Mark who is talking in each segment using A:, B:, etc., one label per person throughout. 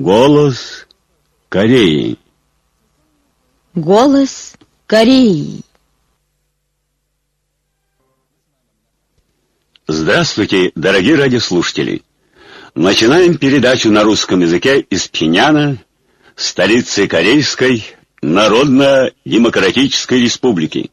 A: Голос Кореи.
B: Голос Кореи.
A: Здравствуйте, дорогие радиослушатели! Начинаем передачу на русском языке из Пхеньяна, столицы Корейской Народно-Демократической Республики.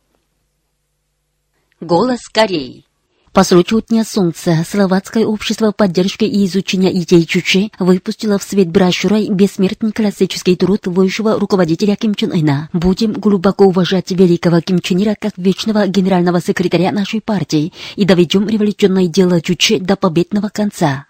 B: Голос Кореи. По случаю Дня Солнца Словацкое общество поддержки и изучения идей Чучхе выпустило в свет брошюрой «Бессмертный классический труд высшего руководителя Ким Чен Ына». Будем глубоко уважать великого Ким Чен Ира как вечного генерального секретаря нашей партии и доведем революционное дело Чучхе до победного конца.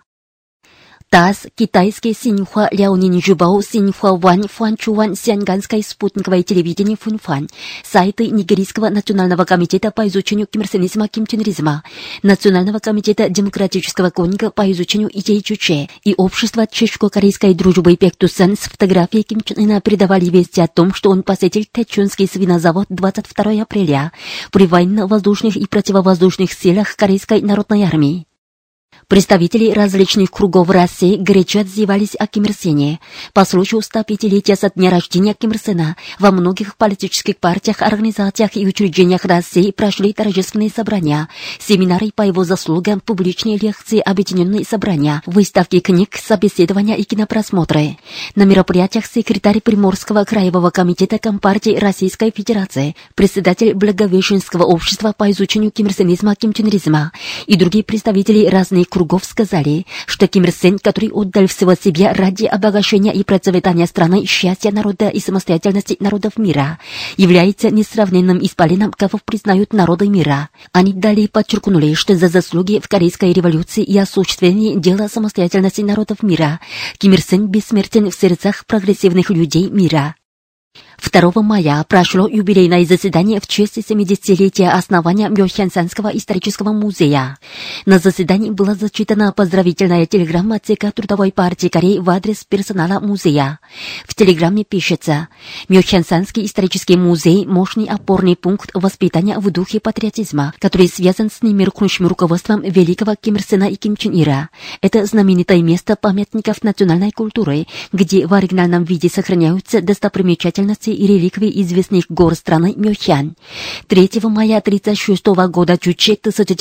B: ТАСС, китайский Синьхуа Ляонин Жубао, Синьхуа Вань, Фуанчуан, Сианганское спутниковое телевидение Фунфан, сайты Нигерийского национального комитета по изучению кимирсенизма, кимченризма, Национального комитета демократического конника по изучению идей Чучхе и общество чешско-корейской дружбы Пектусан с фотографией Ким Чен Ына передавали вести о том, что он посетил Тэчунский свинозавод 22 апреля при военно-воздушных и противовоздушных силах Корейской народной армии. Представители различных кругов России горячо отзывались о Ким Ир Сене. По случаю 105-летия со дня рождения Ким Ир Сена во многих политических партиях, организациях и учреждениях России прошли торжественные собрания, семинары по его заслугам, публичные лекции, объединенные собрания, выставки книг, собеседования и кинопросмотры. На мероприятиях секретарь Приморского краевого комитета Компартии Российской Федерации, председатель Благовещенского общества по изучению кимирсенизма, кимченризма и другие представители разных кругов сказали, что Ким Ир Сен, который отдал всего себя ради обогащения и процветания страны, счастья народа и самостоятельности народов мира, является несравненным исполином, кого признают народы мира. Они далее подчеркнули, что за заслуги в Корейской революции и осуществлении дела самостоятельности народов мира Ким Ир Сен бессмертен в сердцах прогрессивных людей мира. 2 мая прошло юбилейное заседание в честь 70-летия основания Мёхенсанского исторического музея. На заседании была зачитана поздравительная телеграмма ЦК Трудовой партии Кореи в адрес персонала музея. В телеграмме пишется: «Мёхенсанский исторический музей – мощный опорный пункт воспитания в духе патриотизма, который связан с немеркнущим руководством великого Ким Ир Сена и Ким Чен Ира. Это знаменитое место памятников национальной культуры, где в оригинальном виде сохраняются достопримечательности и реликвии известных гор страны Мёхян. 3 мая 1936 года Чучхе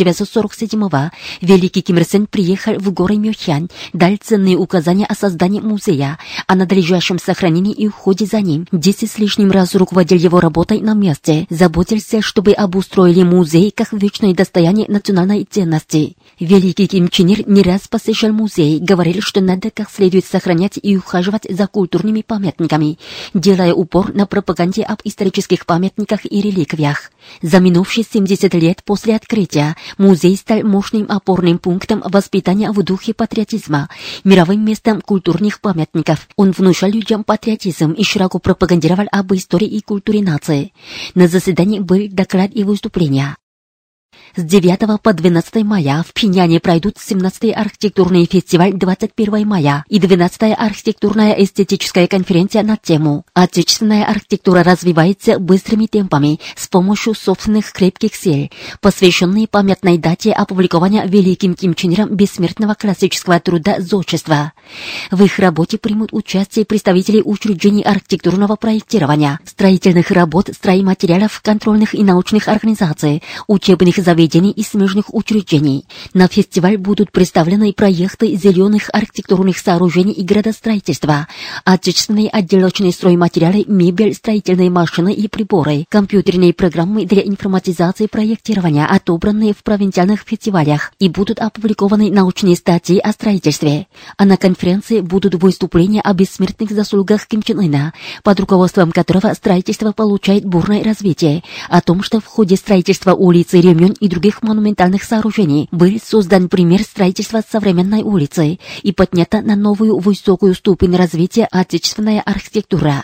B: 1947 великий Ким Ир Сен приехал в горы Мёхян, дал ценные указания о создании музея, о надлежащем сохранении и уходе за ним. 10 с лишним раз руководил его работой на месте, заботился, чтобы обустроили музей как вечное достояние национальной ценности. Великий Ким Чен Ир не раз посещал музей, говорил, что надо как следует сохранять и ухаживать за культурными памятниками, делая упор на пропаганде об исторических памятниках и реликвиях. За минувшие 70 лет после открытия музей стал мощным опорным пунктом воспитания в духе патриотизма, мировым местом культурных памятников. Он внушал людям патриотизм и широко пропагандировал об истории и культуре нации. На заседании был доклад и выступления. С 9 по 12 мая в Пхеньяне пройдут 17-й архитектурный фестиваль 21 мая и 12-я архитектурная эстетическая конференция на тему «Отечественная архитектура развивается быстрыми темпами с помощью собственных крепких сил», посвященные памятной дате опубликования великим Ким Чен Иром бессмертного классического труда «Зодчество». В их работе примут участие представители учреждений архитектурного проектирования, строительных работ, стройматериалов, контрольных и научных организаций, учебных заведений и смежных учреждений. На фестиваль будут представлены проекты зеленых архитектурных сооружений и градостроительства, отечественные отделочные стройматериалы, мебель, строительные машины и приборы, компьютерные программы для информатизации проектирования, отобранные в провинциальных фестивалях, и будут опубликованы научные статьи о строительстве. А на конференции будут выступления о бессмертных заслугах Ким Чен Ына, под руководством которого строительство получает бурное развитие, о том, что в ходе строительства улицы Рёмён и других монументальных сооружений был создан пример строительства современной улицы и поднята на новую высокую ступень развития отечественная архитектура.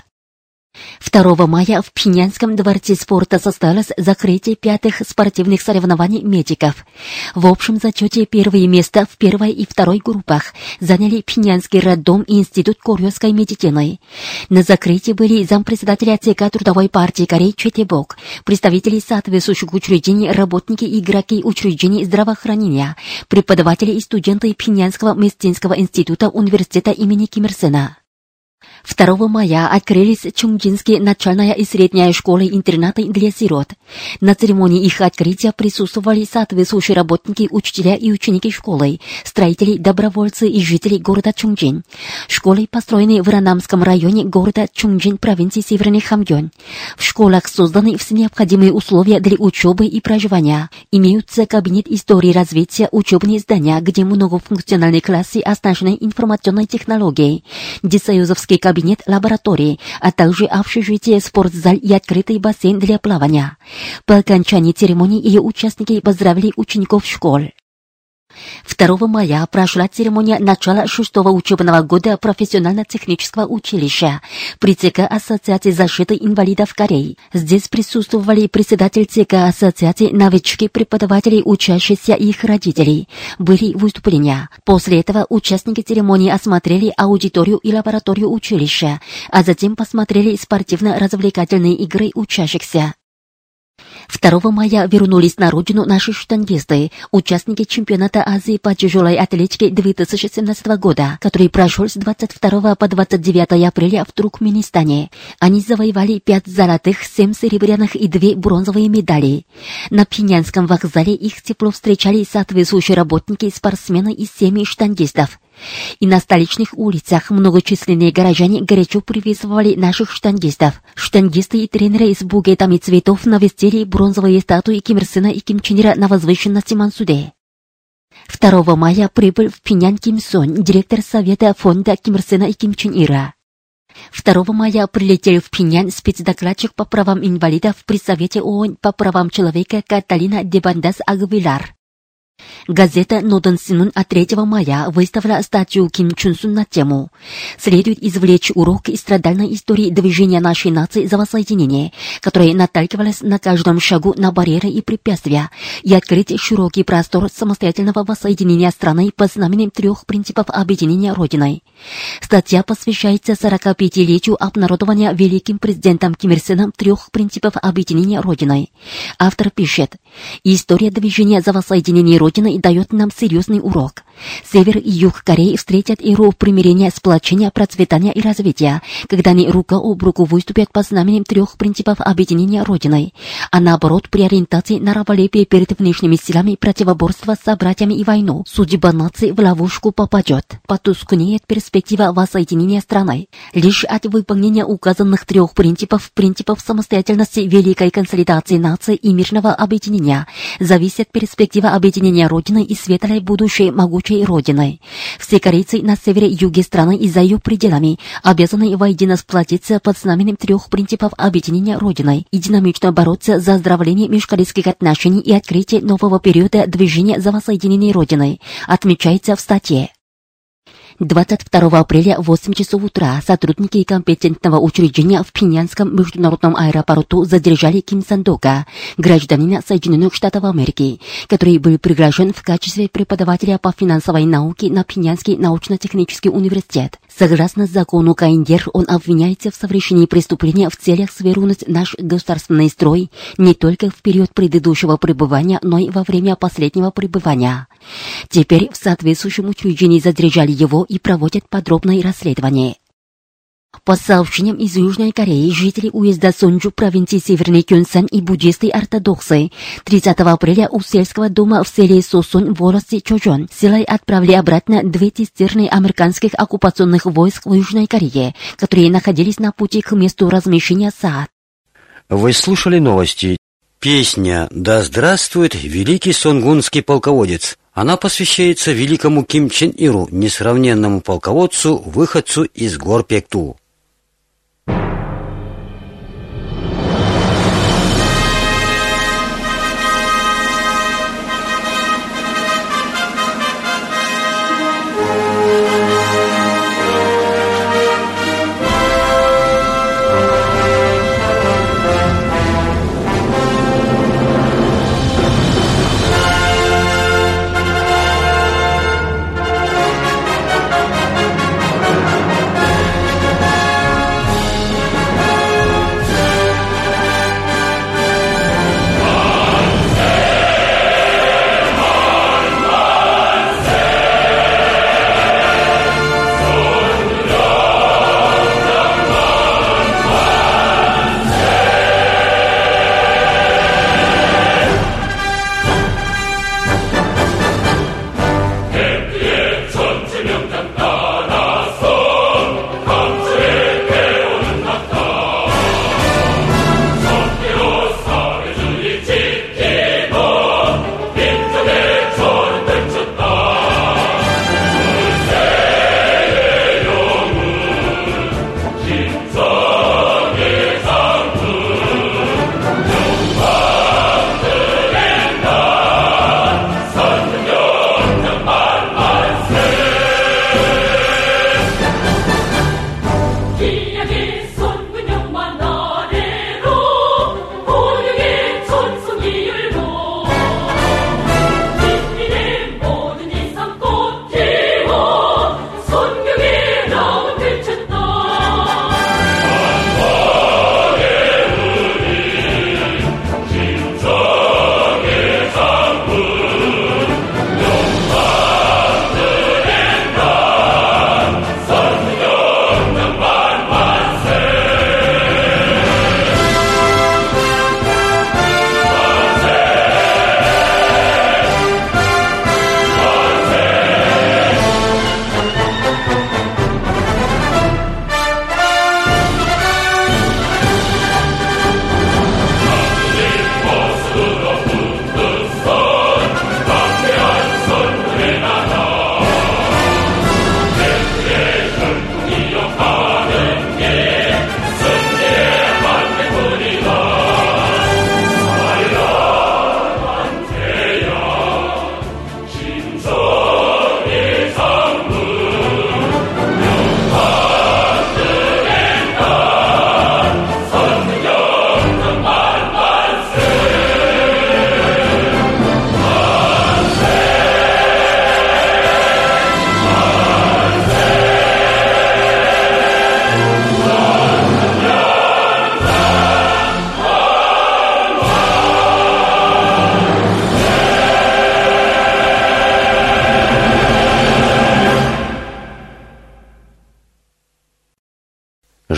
B: 2 мая в Пхеньянском дворце спорта состоялось закрытие 5-х спортивных соревнований медиков. В общем зачете первые места в первой и второй группах заняли Пхеньянский роддом и Институт корейской медицины. На закрытии были зампредседателя ЦК Трудовой партии Кореи Чхе Таe-бok, представители соответствующих учреждений, работники и игроки учреждений здравоохранения, преподаватели и студенты Пхеньянского медицинского института университета имени Ким Ир Сена. 2 мая открылись Чунджинские начальная и средняя школы-интернаты для сирот. На церемонии их открытия присутствовали соответствующие работники, учителя и ученики школы, строители, добровольцы и жители города Чунджин. Школы построены в Ранамском районе города Чунджин, провинции Северный Хамгён. В школах созданы все необходимые условия для учебы и проживания. Имеются кабинет истории развития, учебные здания, где многофункциональные классы оснащены информационной технологией, десоюзовский кабинет лаборатории, а также общежитие, спортзал и открытый бассейн для плавания. По окончании церемонии ее участники поздравили учеников школ. 2 мая прошла церемония начала 6-го учебного года профессионально-технического училища при ЦК Ассоциации защиты инвалидов Кореи. Здесь присутствовали председатель ЦК Ассоциации, новички, преподаватели, учащиеся и их родителей. Были выступления. После этого участники церемонии осмотрели аудиторию и лабораторию училища, а затем посмотрели спортивно-развлекательные игры учащихся. 2 мая вернулись на родину наши штангисты, участники чемпионата Азии по тяжелой атлетике 2017 года, который прошел с 22 по 29 апреля в Туркменистане. Они завоевали 5 золотых, 7 серебряных и 2 бронзовые медали. На Пхеньянском вокзале их тепло встречали соответствующие работники, спортсмены и семьи штангистов. И на столичных улицах многочисленные горожане горячо приветствовали наших штангистов. Штангисты и тренеры с букетами цветов навестили бронзовые статуи Ким Ир Сена и Ким Чен Ира на возвышенности Мансуде. 2 мая прибыл в Пхеньян Ким Сон, директор совета фонда Ким Ир Сена и Ким Чен Ира. 2 мая прилетел в Пхеньян спецдокладчик по правам инвалидов при Совете ООН по правам человека Каталина Дебандас Агвилар. Газета «Нодон Синун» от 3 мая выставила статью Ким Чун Сун на тему «Следует извлечь урок из страдальной истории движения нашей нации за воссоединение, которое наталкивалось на каждом шагу на барьеры и препятствия, и открыть широкий простор самостоятельного воссоединения страны по знаменем 3 принципов объединения Родиной». Статья посвящается 45-летию обнародования великим президентом Ким Ир Сеном 3 принципов объединения Родиной. Автор пишет: «История движения за воссоединение Родины дает нам серьезный урок. Север и юг Кореи встретят эру примирения, сплочения, процветания и развития, когда они рука об руку выступят по знаменем 3 принципов объединения Родиной, а наоборот, при ориентации на раболепие перед внешними силами противоборства с собратьями и войну, судьба нации в ловушку попадет, потускнеет перспектива воссоединения страны. Лишь от выполнения указанных 3 принципов самостоятельности, великой консолидации нации и мирного объединения зависит перспектива объединения Родины и светлое будущее могучей Родины. Все корейцы на севере и юге страны и за ее пределами обязаны воедино сплотиться под знаменем 3 принципов объединения Родиной и динамично бороться за оздоровление межкорейских отношений и открытие нового периода движения за воссоединение Родины, отмечается в статье. 22 апреля в 8 часов утра сотрудники компетентного учреждения в Пхеньянском международном аэропорту задержали Ким Сандока, гражданина Соединенных Штатов Америки, который был приглашен в качестве преподавателя по финансовой науке на Пхеньянский научно-технический университет. Согласно закону КНДР, он обвиняется в совершении преступления в целях свергнуть наш государственный строй не только в период предыдущего пребывания, но и во время последнего пребывания. Теперь в соответствующем учреждении задержали его и проводят подробное расследование. По сообщениям из Южной Кореи, жители уезда Сонджу провинции Северный Кёнсан и буддисты-ортодоксы 30 апреля у сельского дома в селе Сосон в волости Чожон силой отправили обратно 2 цистерны американских оккупационных войск в Южной Корее, которые находились на пути к месту размещения СААД.
C: Вы слушали новости. Песня «Да здравствует великий сонгунский полководец». Она посвящается великому Ким Чен Иру, несравненному полководцу, выходцу из гор Пекту.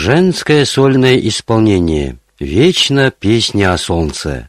C: женское сольное исполнение. Вечно песня о солнце.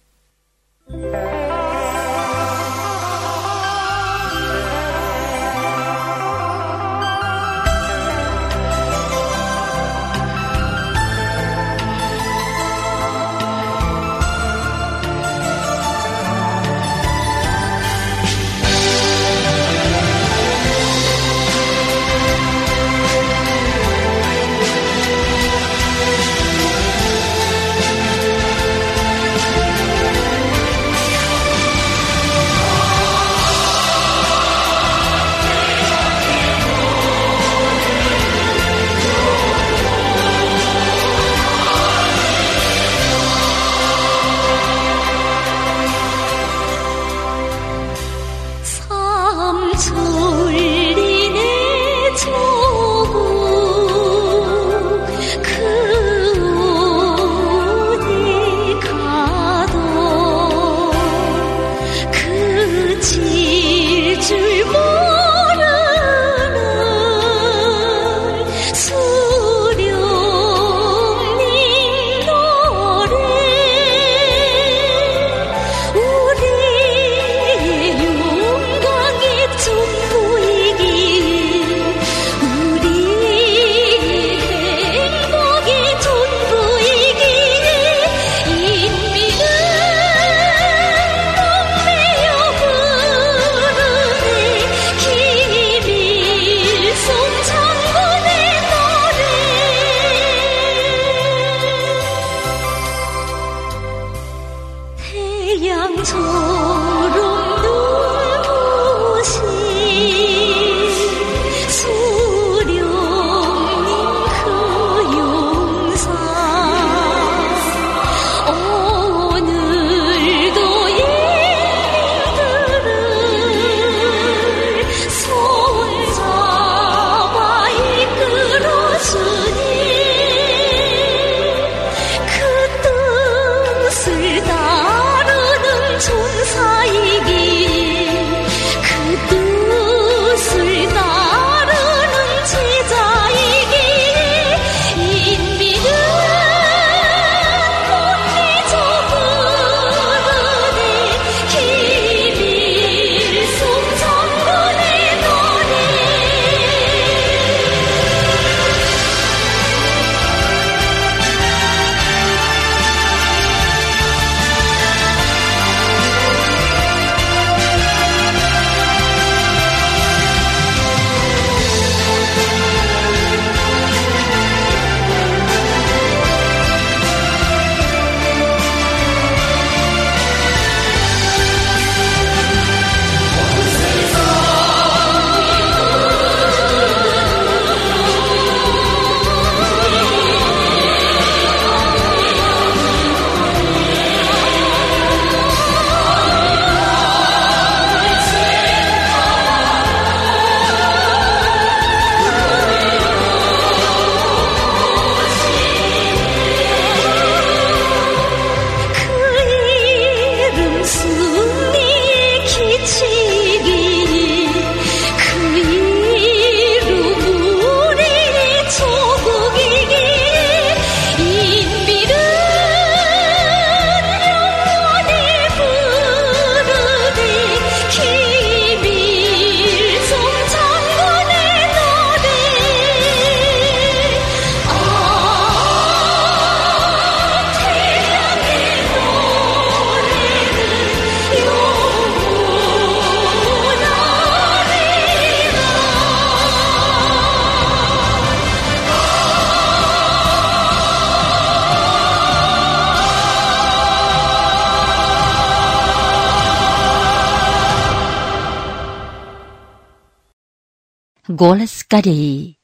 B: Голос Кореи.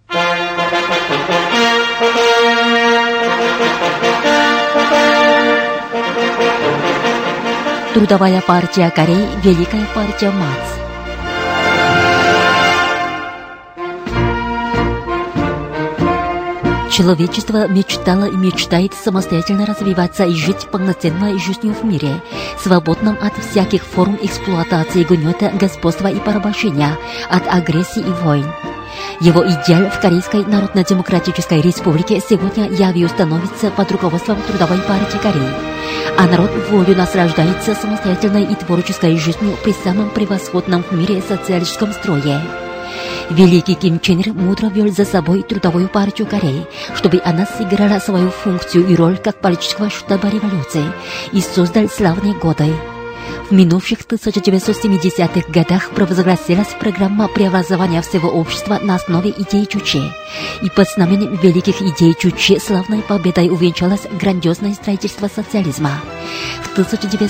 B: Трудовая партия Кореи, Великая партия МАЦ. Человечество мечтало и мечтает самостоятельно развиваться и жить полноценной жизнью в мире, свободном от всяких форм эксплуатации, гнета, господства и порабощения, от агрессии и войн. Его идеал в Корейской Народно-Демократической Республике сегодня явью становится под руководством Трудовой партии Кореи, а народ волю наслаждается самостоятельной и творческой жизнью при самом превосходном в мире социалистическом строе. Великий Ким Чен Ир мудро вел за собой Трудовую партию Кореи, чтобы она сыграла свою функцию и роль как политического штаба революции и создал славные годы. В минувших 1970-х годах провозгласилась программа преобразования всего общества на основе идеи Чучхе, и под знаменем великих идей Чучхе славной победой увенчалось грандиозное строительство социализма. В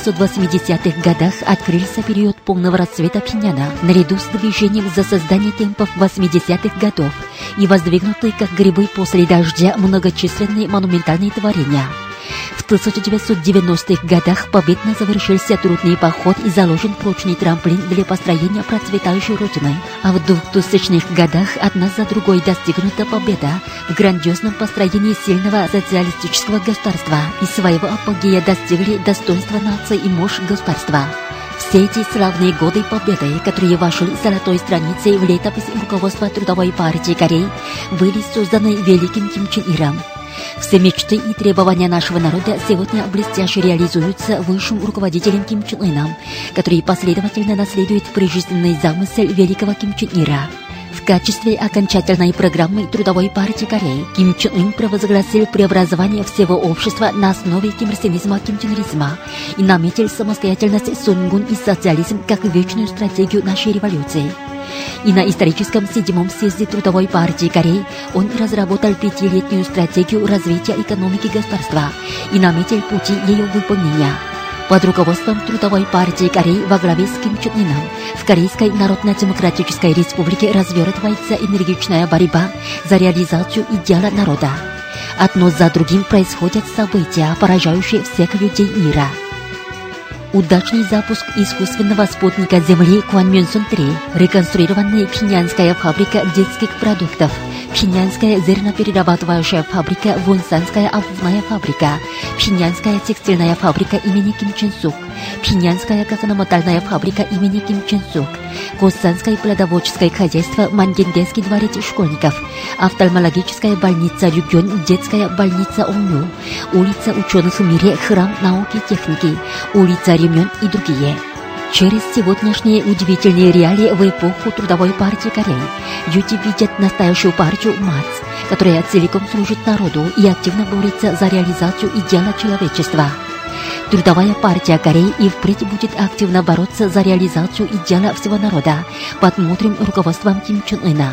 B: 1980-х годах открылся период полного расцвета Пхеньяна, наряду с движением за создание темпов 80-х годов и воздвигнутые как грибы после дождя многочисленные монументальные творения. В 1990-х годах победно завершился трудный поход и заложен прочный трамплин для построения процветающей Родины. А в 2000-х годах одна за другой достигнута победа в грандиозном построении сильного социалистического государства, и своего апогея достигли достоинства нации и мощь государства. Все эти славные годы победы, которые вошли золотой страницей в летопись руководства Трудовой партии Кореи, были созданы великим Ким Чен Иром. Все мечты и требования нашего народа сегодня блестяще реализуются высшим руководителем Ким Чен Ыном, который последовательно наследует прижизненный замысел великого Ким Чен Ира. В качестве окончательной программы Трудовой партии Кореи Ким Чен Ын провозгласил преобразование всего общества на основе кимрсенизма и наметил самостоятельность Сонгун и социализм как вечную стратегию нашей революции. И на историческом 7-м съезде Трудовой партии Кореи он разработал 5-летнюю стратегию развития экономики государства и наметил пути ее выполнения. Под руководством Трудовой партии Кореи во главе с Ким Чен Ыном в Корейской Народно-Демократической Республике развернута энергичная борьба за реализацию идеала народа. Одно за другим происходят события, поражающие всех людей мира. Удачный запуск искусственного спутника Земли Кванмёнсон-3, реконструированная пхеньянская фабрика детских продуктов, пхеньянская зерноперерабатывающая фабрика, Вонсанская обувная фабрика, пхеньянская текстильная фабрика имени Ким Чен Сук, пхеньянская кокономотальная фабрика имени Ким Чен Сук, Коссанское плодоводческое хозяйство Мангин детский дворец школьников, офтальмологическая больница Рюгён, детская больница Онлю, улица ученых в мире, храм науки и техники, улица Ремён и другие. Через сегодняшние удивительные реалии в эпоху Трудовой партии Кореи люди видят настоящую партию МАЦ, которая целиком служит народу и активно борется за реализацию идеала человечества. Трудовая партия Кореи и впредь будет активно бороться за реализацию идеала всего народа под мудрым руководством Ким Чен Ына.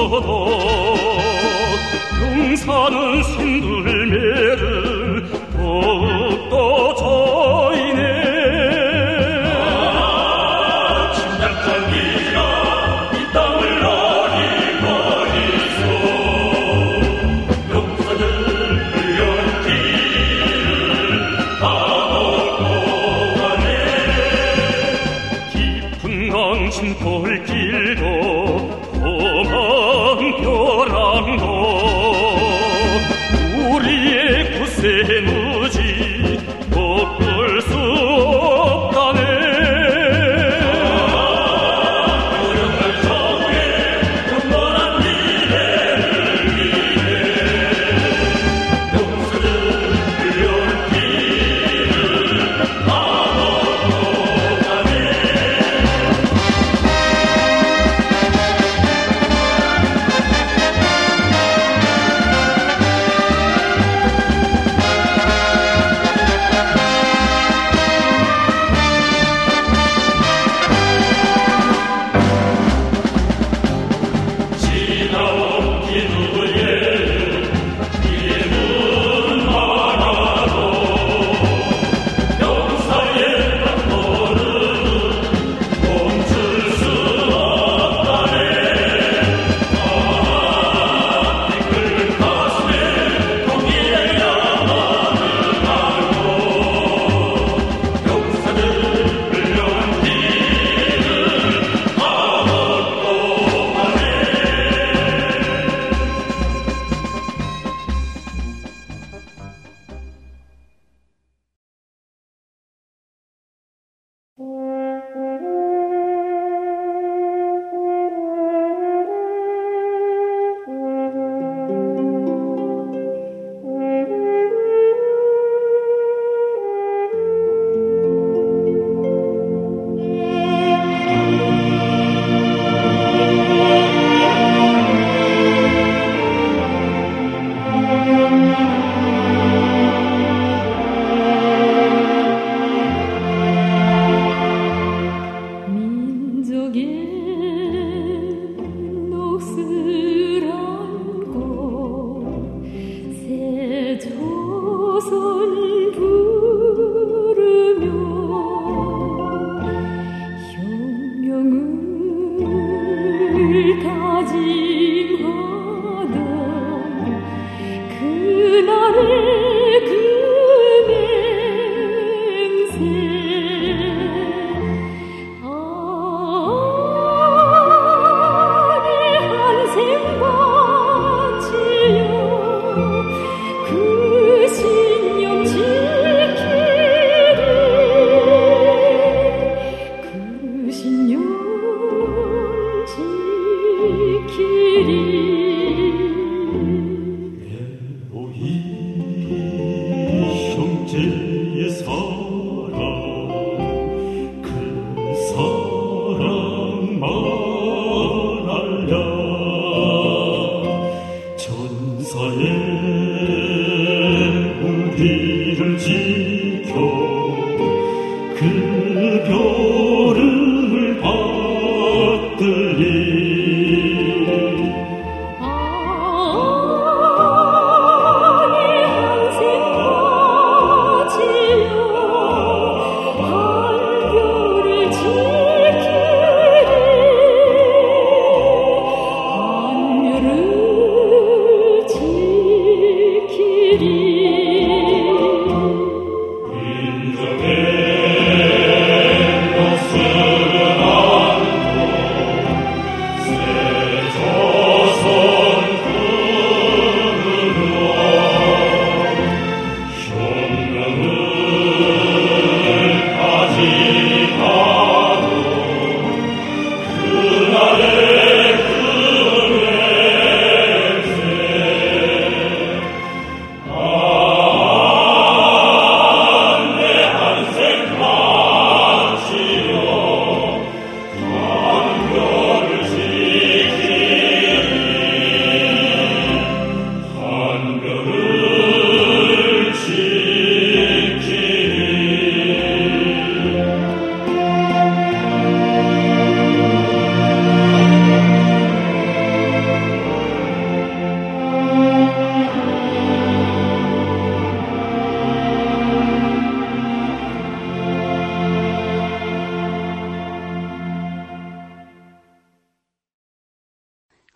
D: 용사는 신들매를 더욱더 저이네. 침략장기가 이 땅을 어리버리소. 용사들 연기를 다 먹고 가네. 깊은 강진 돌길도 험한 벼랑도 우리의 구세 무지 꺾을 수 없다네. 노력할 적에 영원한 미래를 위해 용사들 연기를 다 먹고 가네.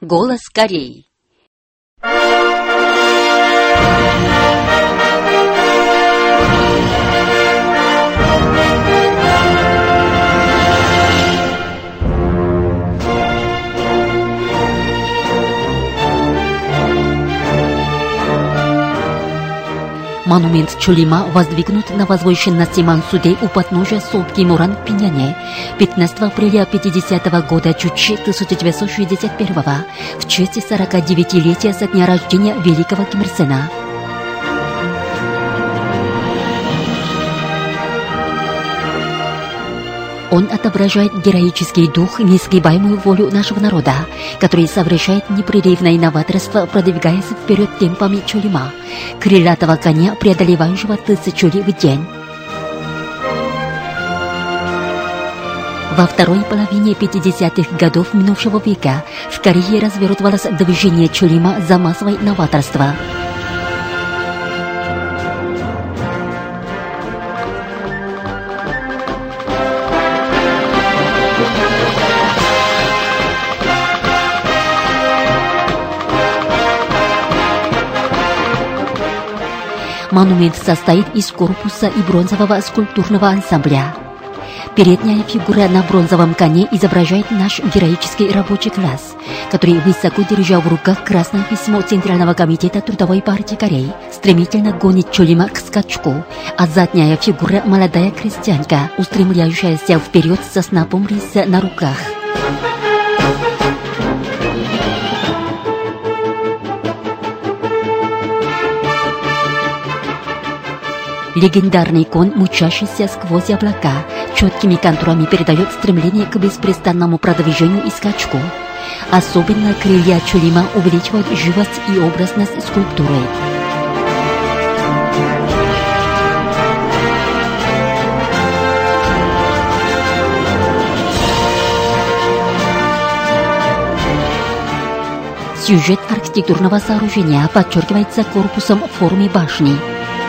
B: Голос Кореи. Монумент Чолима воздвигнут на возвышенности Мансуде у подножия сопки Муран в Пиняне 15 апреля 50 года Чучи 1961 в честь 49-летия со дня рождения великого Ким Ир Сена. Он отображает героический дух, несгибаемую волю нашего народа, который совершает непрерывное новаторство, продвигаясь вперед темпами Чолима, крылатого коня, преодолевающего 1000 ли в день. Во второй половине 50-х годов минувшего века в Корее развернулось движение Чолима за массовое новаторство. Монумент состоит из корпуса и бронзового скульптурного ансамбля. Передняя фигура на бронзовом коне изображает наш героический рабочий класс, который, высоко держа в руках красное письмо Центрального комитета Трудовой партии Кореи, стремительно гонит Чолима к скачку, а задняя фигура — молодая крестьянка, устремляющаяся вперед со снопом риса на руках. Легендарный конь, мчащийся сквозь облака, четкими контурами передает стремление к беспрестанному продвижению и скачку. Особенно крылья Чолима увеличивают живость и образность скульптуры. Сюжет архитектурного сооружения подчеркивается корпусом в форме башни.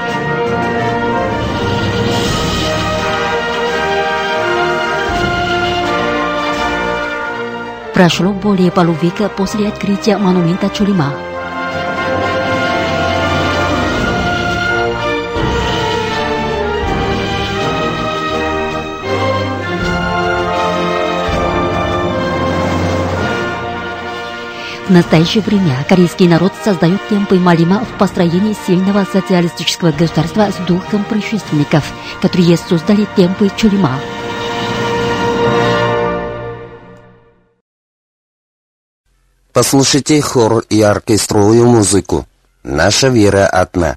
B: Прошло более полувека после открытия монумента Чолима. В настоящее время корейский народ создает темпы Малима в построении сильного социалистического государства с духом предшественников, которые создали темпы Чолима.
E: Послушайте хор и оркестровую музыку. Наша вера одна.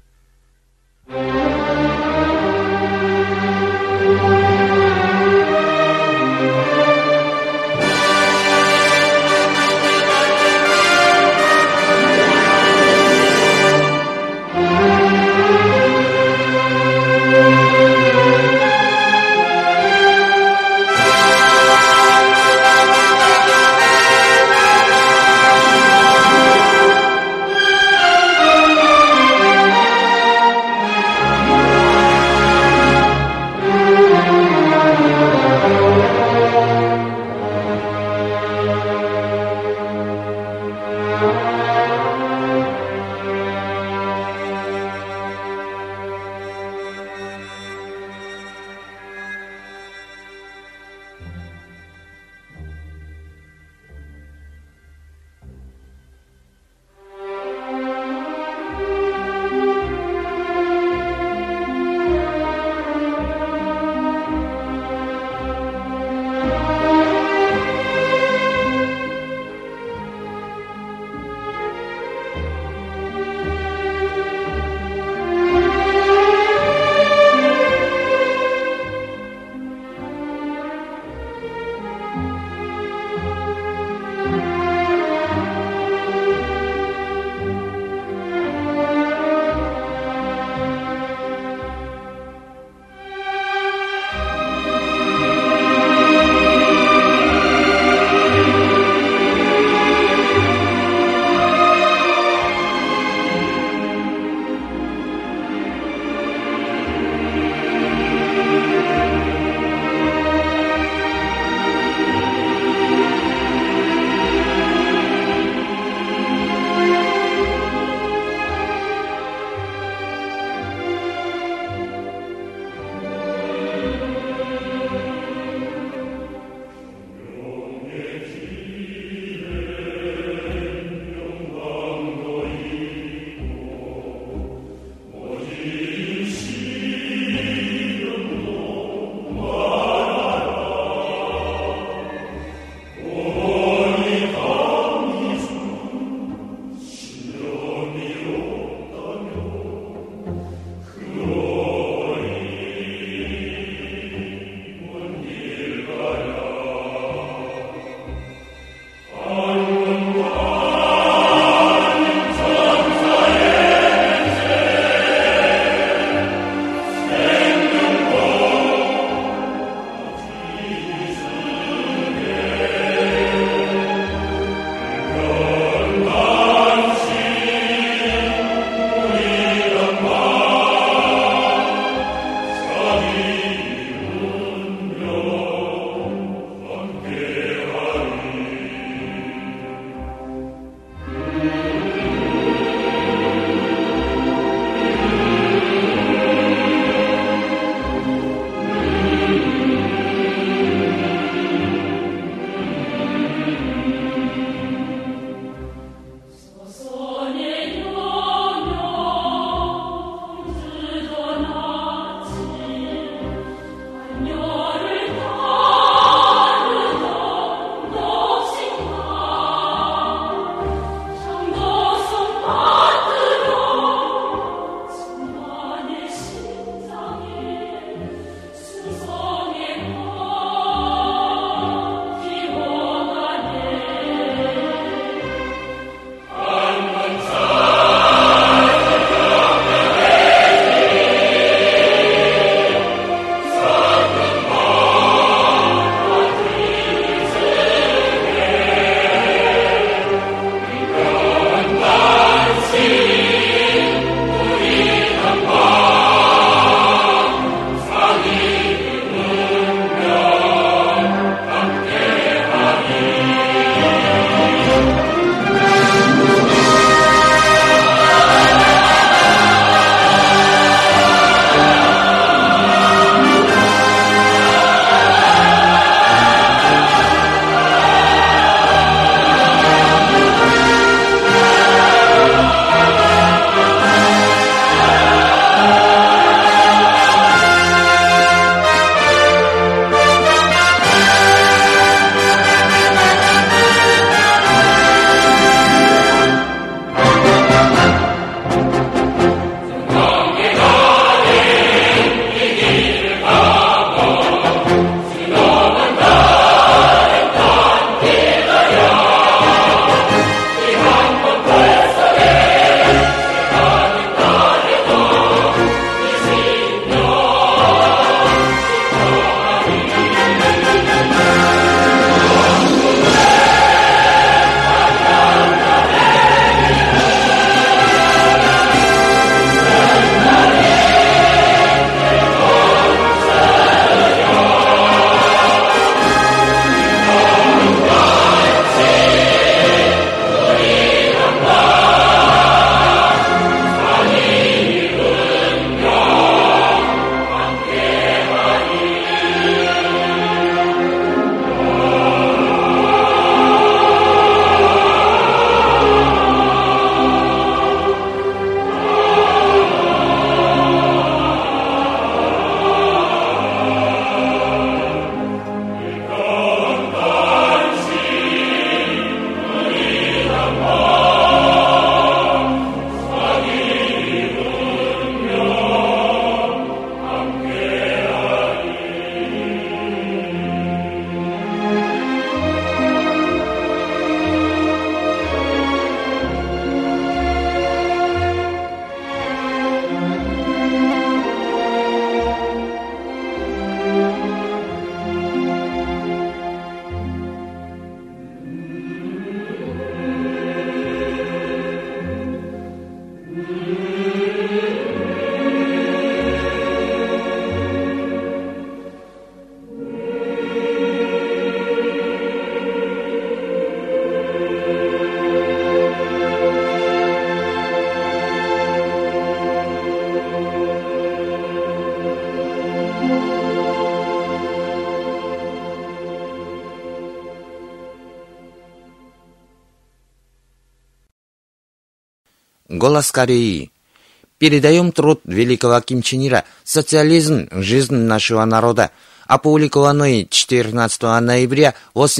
F: Голос Кореи. Передаем труд великого Ким Чен Ира «Социализм. Жизнь нашего народа», опубликованный 14 ноября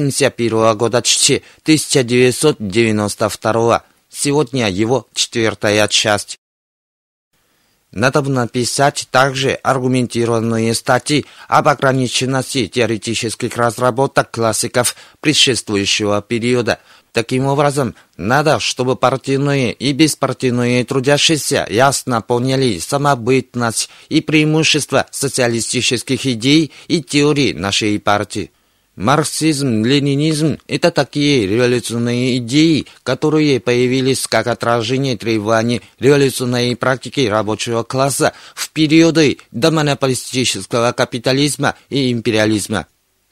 F: 1981 года 1992. Сегодня его 4-я часть. Надо написать также аргументированные статьи об ограниченности теоретических разработок классиков предшествующего периода. Таким образом, надо, чтобы партийные и беспартийные трудящиеся ясно поняли самобытность и преимущества социалистических идей и теорий нашей партии. Марксизм, ленинизм – это такие революционные идеи, которые появились как отражение требований революционной практики рабочего класса в периоды домонополистического капитализма и империализма.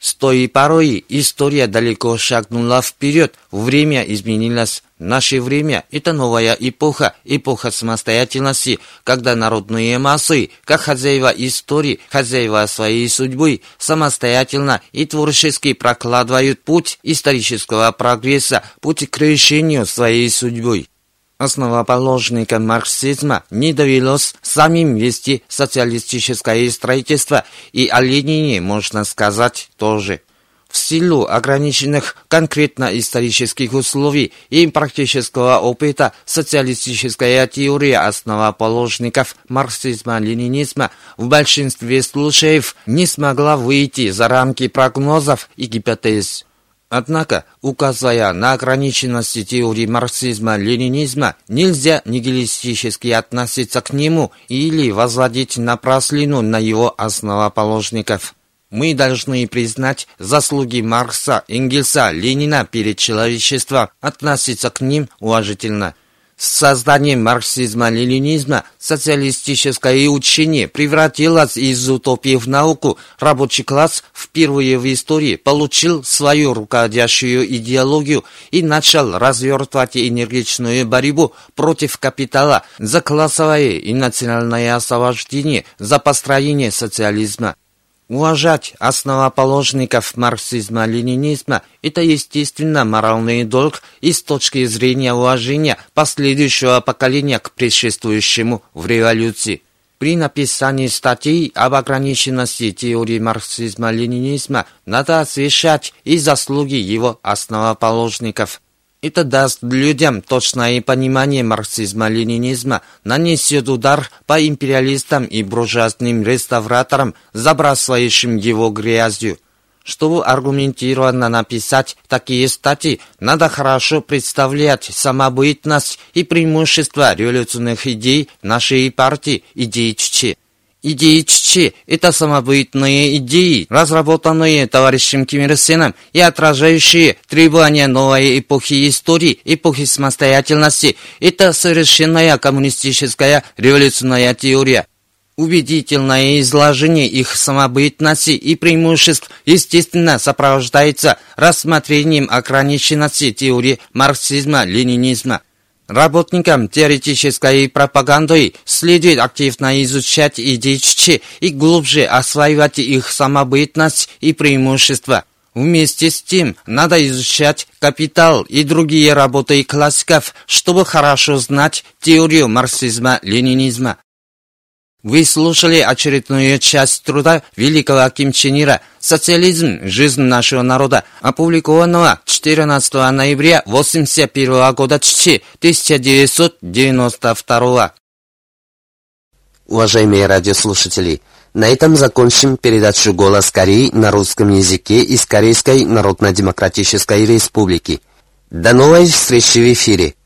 F: С той порой история далеко шагнула вперед, время изменилось. Наше время – это новая эпоха, эпоха самостоятельности, когда народные массы, как хозяева истории, хозяева своей судьбы, самостоятельно и творчески прокладывают путь исторического прогресса, путь к решению своей судьбы. Основоположникам марксизма не довелось самим вести социалистическое строительство, и о Ленине можно сказать тоже. В силу ограниченных конкретно исторических условий и практического опыта социалистическая теория основоположников марксизма-ленинизма в большинстве случаев не смогла выйти за рамки прогнозов и гипотез. Однако, указывая на ограниченности теории марксизма-ленинизма, нельзя нигилистически относиться к нему или возводить напраслину на его основоположников. Мы должны признать заслуги Маркса, Энгельса, Ленина перед человечеством, относиться к ним уважительно. С созданием марксизма-ленинизма социалистическое учение превратилось из утопии в науку. Рабочий класс впервые в истории получил свою руководящую идеологию и начал развертывать энергичную борьбу против капитала за классовое и национальное освобождение, за построение социализма. Уважать основоположников марксизма-ленинизма – это, естественно, моральный долг и с точки зрения уважения последующего поколения к предшествующему в революции. При написании статей об ограниченности теории марксизма-ленинизма надо освещать и заслуги его основоположников. Это даст людям точное понимание марксизма-ленинизма, нанесет удар по империалистам и буржуазным реставраторам, забрасывающим его грязью. Чтобы аргументированно написать такие статьи, надо хорошо представлять самобытность и преимущества революционных идей нашей партии, идей Чучхе. Идеи Чучхе – это самобытные идеи, разработанные товарищем Ким Ир Сеном и отражающие требования новой эпохи истории, эпохи самостоятельности. Это совершенная коммунистическая революционная теория. Убедительное изложение их самобытности и преимуществ, естественно, сопровождается рассмотрением ограниченности теории марксизма-ленинизма. Работникам теоретической пропаганды следует активно изучать идеи Чучхе и глубже осваивать их самобытность и преимущества. Вместе с тем, надо изучать «Капитал» и другие работы классиков, чтобы хорошо знать теорию марксизма-ленинизма. Вы слушали очередную часть труда великого Ким Чен Ира «Социализм. Жизнь нашего народа», опубликованного 14 ноября 1981 года Чучхе 1992.
E: Уважаемые радиослушатели, на этом закончим передачу «Голос Кореи» на русском языке из Корейской Народно-Демократической Республики. До новой встречи в эфире.